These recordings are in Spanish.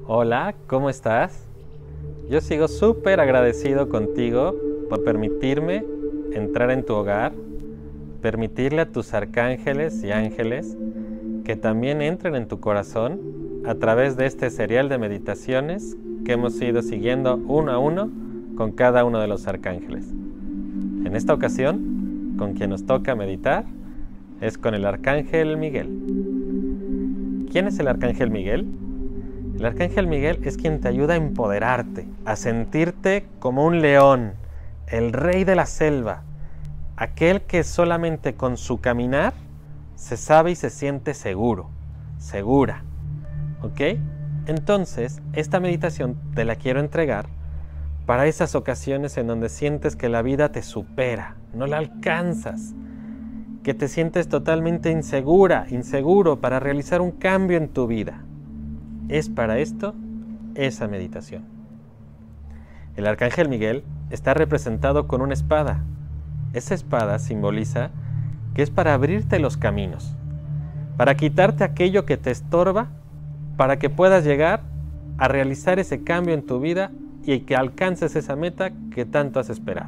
Hola, ¿cómo estás? Yo sigo súper agradecido contigo por permitirme entrar en tu hogar, permitirle a tus arcángeles y ángeles que también entren en tu corazón a través de este serial de meditaciones que hemos ido siguiendo uno a uno con cada uno de los arcángeles. En esta ocasión, con quien nos toca meditar es con el arcángel Miguel. ¿Quién es el arcángel Miguel? El arcángel Miguel es quien te ayuda a empoderarte, a sentirte como un león, el rey de la selva, aquel que solamente con su caminar se sabe y se siente seguro, segura. ¿Ok? Entonces, esta meditación te la quiero entregar para esas ocasiones en donde sientes que la vida te supera, no la alcanzas, que te sientes totalmente inseguro para realizar un cambio en tu vida. Es para esto esa meditación. El arcángel Miguel está representado con una espada. Esa espada simboliza que es para abrirte los caminos, para quitarte aquello que te estorba, para que puedas llegar a realizar ese cambio en tu vida y que alcances esa meta que tanto has esperado.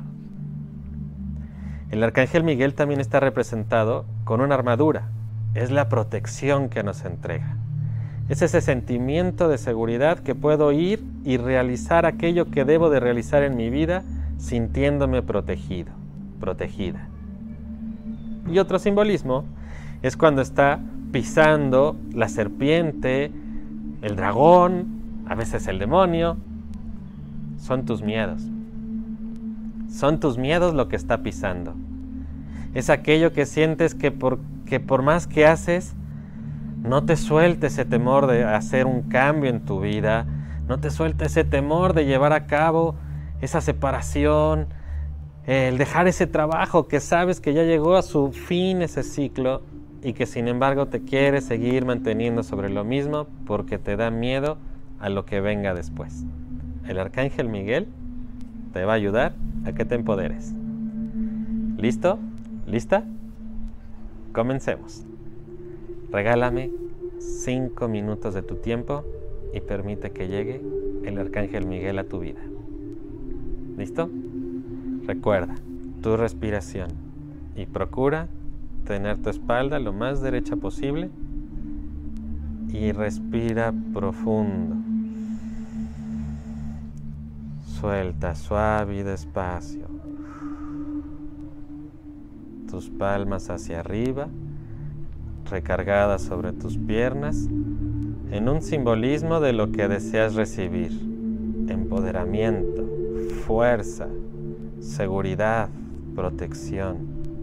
El arcángel Miguel también está representado con una armadura. Es la protección que nos entrega. Es ese sentimiento de seguridad que puedo ir y realizar aquello que debo de realizar en mi vida sintiéndome protegido, protegida. Y otro simbolismo es cuando está pisando la serpiente, el dragón, a veces el demonio. Son tus miedos. Son tus miedos lo que está pisando. Es aquello que sientes que por más que haces, no te suelte ese temor de hacer un cambio en tu vida, no te suelte ese temor de llevar a cabo esa separación, el dejar ese trabajo que sabes que ya llegó a su fin ese ciclo y que sin embargo te quieres seguir manteniendo sobre lo mismo porque te da miedo a lo que venga después. El arcángel Miguel te va a ayudar a que te empoderes. ¿Listo? ¿Lista? Comencemos. Regálame 5 minutos de tu tiempo y permite que llegue el arcángel Miguel a tu vida. ¿Listo? Recuerda tu respiración y procura tener tu espalda lo más derecha posible y respira profundo. Suelta suave y despacio. Tus palmas hacia arriba, recargadas sobre tus piernas, en un simbolismo de lo que deseas recibir: empoderamiento, fuerza, seguridad, protección.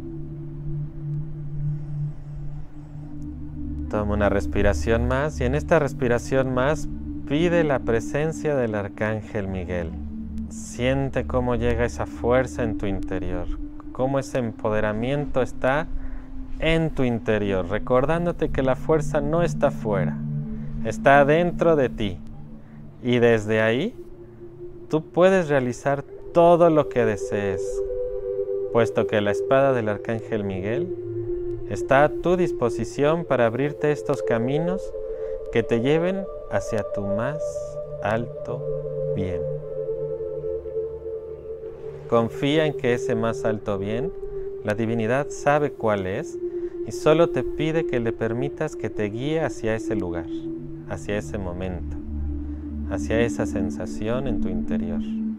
Toma una respiración más y en esta respiración más pide la presencia del arcángel Miguel. Siente cómo llega esa fuerza en tu interior, cómo ese empoderamiento está en tu interior, recordándote que la fuerza no está fuera, está dentro de ti. Y desde ahí, tú puedes realizar todo lo que desees, puesto que la espada del arcángel Miguel está a tu disposición para abrirte estos caminos que te lleven hacia tu más alto bien. Confía en que ese más alto bien, la divinidad sabe cuál es y solo te pide que le permitas que te guíe hacia ese lugar, hacia ese momento, hacia esa sensación en tu interior.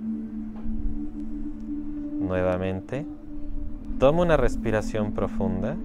Nuevamente, toma una respiración profunda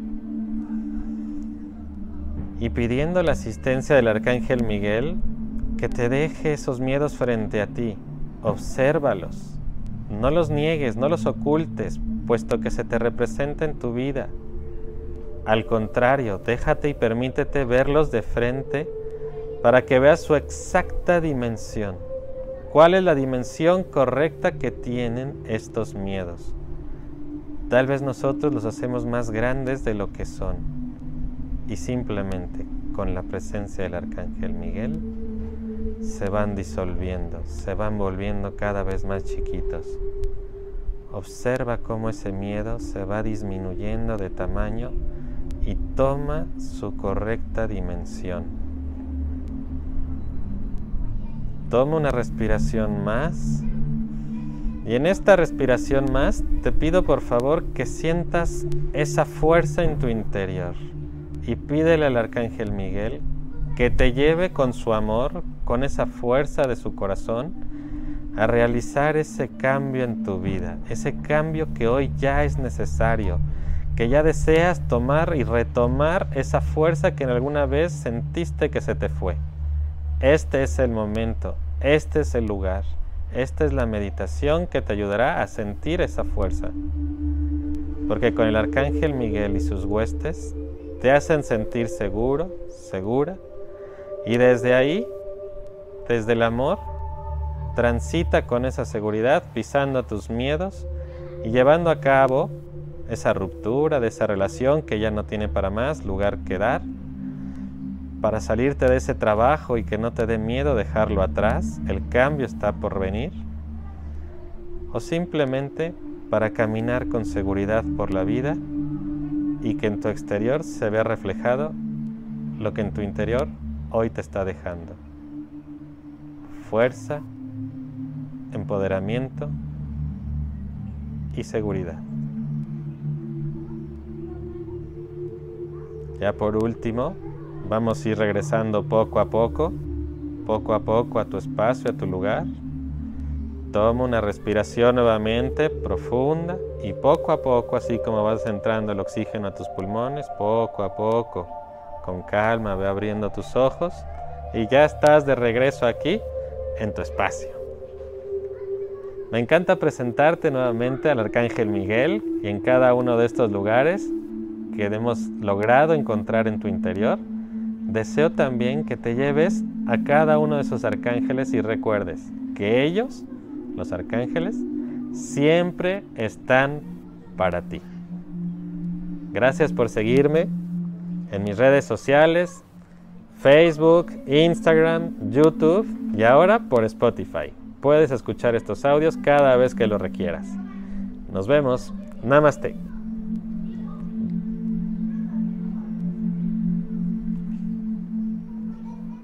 y pidiendo la asistencia del arcángel Miguel, que te deje esos miedos frente a ti, obsérvalos. No los niegues, no los ocultes, puesto que se te representa en tu vida. Al contrario, déjate y permítete verlos de frente para que veas su exacta dimensión. ¿Cuál es la dimensión correcta que tienen estos miedos? Tal vez nosotros los hacemos más grandes de lo que son. Y simplemente con la presencia del arcángel Miguel se van disolviendo, se van volviendo cada vez más chiquitos. Observa cómo ese miedo se va disminuyendo de tamaño y toma su correcta dimensión. Toma una respiración más. Y en esta respiración más, te pido por favor que sientas esa fuerza en tu interior. Y pídele al Arcángel Miguel que te lleve con su amor, con esa fuerza de su corazón, a realizar ese cambio en tu vida. Ese cambio que hoy ya es necesario. Que ya deseas tomar y retomar esa fuerza que en alguna vez sentiste que se te fue. Este es el momento, este es el lugar, esta es la meditación que te ayudará a sentir esa fuerza. Porque con el Arcángel Miguel y sus huestes te hacen sentir seguro, segura, y desde ahí, desde el amor, transita con esa seguridad, pisando tus miedos y llevando a cabo esa ruptura de esa relación que ya no tiene para más lugar que dar, para salirte de ese trabajo y que no te dé miedo dejarlo atrás, el cambio está por venir, o simplemente para caminar con seguridad por la vida y que en tu exterior se vea reflejado lo que en tu interior hoy te está dejando. Fuerza, empoderamiento y seguridad. Ya por último, vamos a ir regresando poco a poco a tu espacio, a tu lugar. Toma una respiración nuevamente profunda y poco a poco, así como vas entrando el oxígeno a tus pulmones, poco a poco, con calma, ve abriendo tus ojos y ya estás de regreso aquí en tu espacio. Me encanta presentarte nuevamente al Arcángel Miguel y en cada uno de estos lugares que hemos logrado encontrar en tu interior. Deseo también que te lleves a cada uno de esos arcángeles y recuerdes que ellos, los arcángeles, siempre están para ti. Gracias por seguirme en mis redes sociales, Facebook, Instagram, YouTube y ahora por Spotify. Puedes escuchar estos audios cada vez que lo requieras. Nos vemos. Namaste.